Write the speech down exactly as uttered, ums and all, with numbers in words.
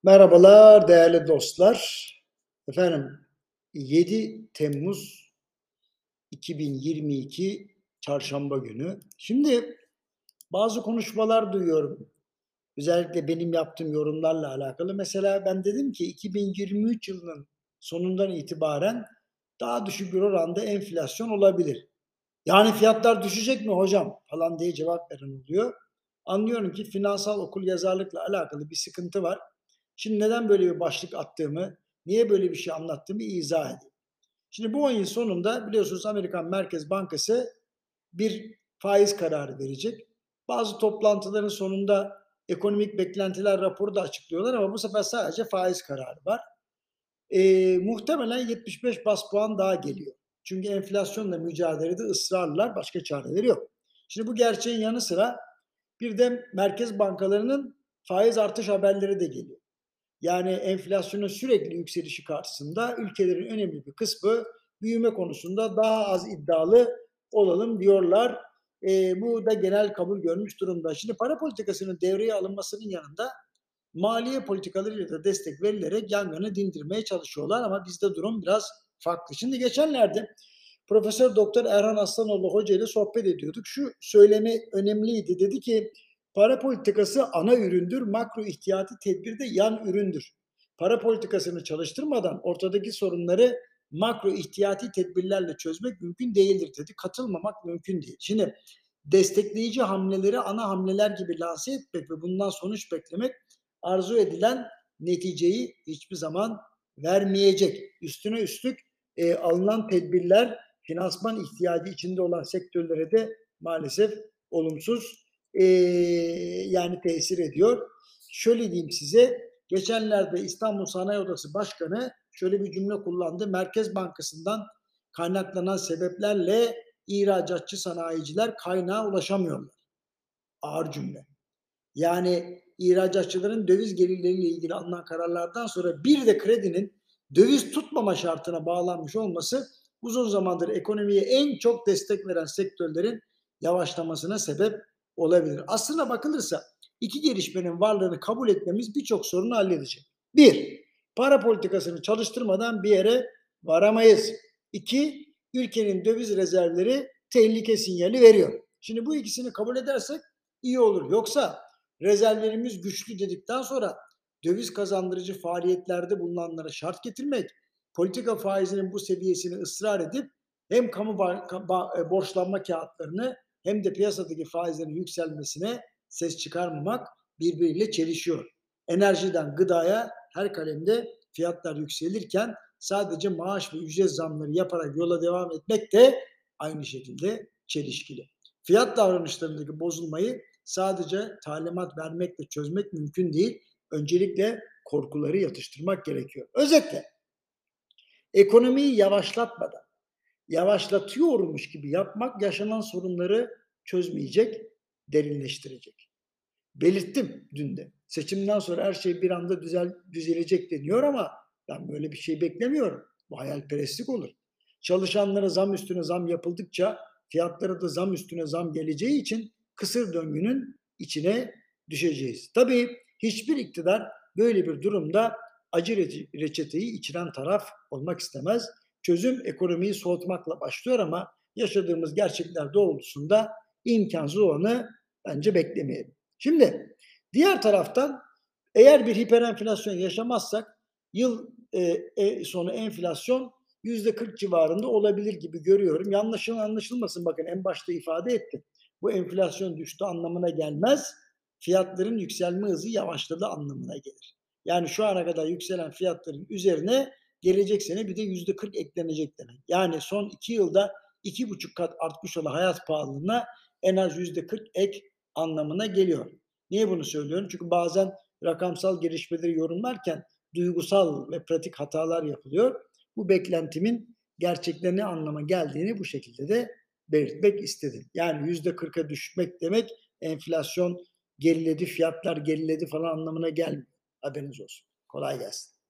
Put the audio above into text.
Merhabalar değerli dostlar. Efendim yedi Temmuz iki bin yirmi iki Çarşamba günü. Şimdi bazı konuşmalar duyuyorum. Özellikle benim yaptığım yorumlarla alakalı. Mesela ben dedim ki iki bin yirmi üç yılının sonundan itibaren daha düşük bir oranda enflasyon olabilir. Yani fiyatlar düşecek mi hocam falan diye cevap veren oluyor. Anlıyorum ki finansal okuryazarlıkla alakalı bir sıkıntı var. Şimdi neden böyle bir başlık attığımı, niye böyle bir şey anlattığımı izah edeyim. Şimdi bu ayın sonunda biliyorsunuz Amerikan Merkez Bankası bir faiz kararı verecek. Bazı toplantıların sonunda ekonomik beklentiler raporu da açıklıyorlar ama bu sefer sadece faiz kararı var. Ee, muhtemelen yetmiş beş bas puan daha geliyor. Çünkü enflasyonla mücadelede ısrarlılar, başka çareleri yok. Şimdi bu gerçeğin yanı sıra bir de merkez bankalarının faiz artış haberleri de geliyor. Yani enflasyonun sürekli yükselişi karşısında ülkelerin önemli bir kısmı büyüme konusunda daha az iddialı olalım diyorlar. E, bu da genel kabul görmüş durumda. Şimdi para politikasının devreye alınmasının yanında maliye politikalarıyla da destek verilerek yangını dindirmeye çalışıyorlar ama bizde durum biraz farklı. Şimdi geçenlerde Profesör Doktor Erhan Aslanoğlu Hoca ile sohbet ediyorduk. Şu söylemi önemliydi. Dedi ki para politikası ana üründür, makro ihtiyati tedbir de yan üründür. Para politikasını çalıştırmadan ortadaki sorunları makro ihtiyati tedbirlerle çözmek mümkün değildir dedi. Katılmamak mümkün değil. Şimdi destekleyici hamleleri ana hamleler gibi lanse etmek ve bundan sonuç beklemek arzu edilen neticeyi hiçbir zaman vermeyecek. Üstüne üstlük e, alınan tedbirler finansman ihtiyacı içinde olan sektörlere de maalesef olumsuz e, yani tesir ediyor. Şöyle diyeyim size, geçenlerde İstanbul Sanayi Odası Başkanı şöyle bir cümle kullandı. Merkez Bankası'ndan kaynaklanan sebeplerle ihracatçı sanayiciler kaynağa ulaşamıyorlar. Ağır cümle. Yani ihracatçıların döviz gelirleriyle ilgili alınan kararlardan sonra bir de kredinin döviz tutmama şartına bağlanmış olması uzun zamandır ekonomiye en çok destek veren sektörlerin yavaşlamasına sebep olabilir. Aslına bakılırsa iki gelişmenin varlığını kabul etmemiz birçok sorunu halledecek. Bir, para politikasını çalıştırmadan bir yere varamayız. İki, ülkenin döviz rezervleri tehlike sinyali veriyor. Şimdi bu ikisini kabul edersek iyi olur. Yoksa rezervlerimiz güçlü dedikten sonra döviz kazandırıcı faaliyetlerde bulunanlara şart getirmek, politika faizinin bu seviyesini ısrar edip hem kamu borçlanma kağıtlarını hem de piyasadaki faizlerin yükselmesine ses çıkarmamak birbiriyle çelişiyor. Enerjiden gıdaya her kalemde fiyatlar yükselirken sadece maaş ve ücret zamları yaparak yola devam etmek de aynı şekilde çelişkili. Fiyat davranışlarındaki bozulmayı sadece talimat vermekle çözmek mümkün değil. Öncelikle korkuları yatıştırmak gerekiyor. Özetle ekonomiyi yavaşlatmadan, yavaşlatıyormuş gibi yapmak yaşanan sorunları çözmeyecek, derinleştirecek. Belirttim dün de. Seçimden sonra her şey bir anda düzel, düzelecek deniyor ama ben böyle bir şey beklemiyorum. Bu hayalperestlik olur. Çalışanlara zam üstüne zam yapıldıkça fiyatlara da zam üstüne zam geleceği için kısır döngünün içine düşeceğiz. Tabii hiçbir iktidar böyle bir durumda acı reçeteyi içiren taraf olmak istemez. Çözüm ekonomiyi soğutmakla başlıyor ama yaşadığımız gerçekler doğrultusunda imkansız olanı bence beklemeyelim. Şimdi diğer taraftan eğer bir hiperenflasyon yaşamazsak yıl e, e, sonu enflasyon yüzde kırk civarında olabilir gibi görüyorum. Yanlış anlaşılmasın, bakın en başta ifade ettim. Bu enflasyon düştü anlamına gelmez. Fiyatların yükselme hızı yavaşladı anlamına gelir. Yani şu ana kadar yükselen fiyatların üzerine gelecek sene bir de yüzde kırk eklenecek demek. Yani son iki yılda iki buçuk kat artmış olan hayat pahalılığına en az yüzde kırk ek anlamına geliyor. Niye bunu söylüyorum? Çünkü bazen rakamsal gelişmeleri yorumlarken duygusal ve pratik hatalar yapılıyor. Bu beklentimin gerçekten ne anlama geldiğini bu şekilde de belirtmek istedim. Yani yüzde kırka düşmek demek enflasyon geriledi, fiyatlar geriledi falan anlamına gelmiyor. Haberiniz olsun. Kolay gelsin.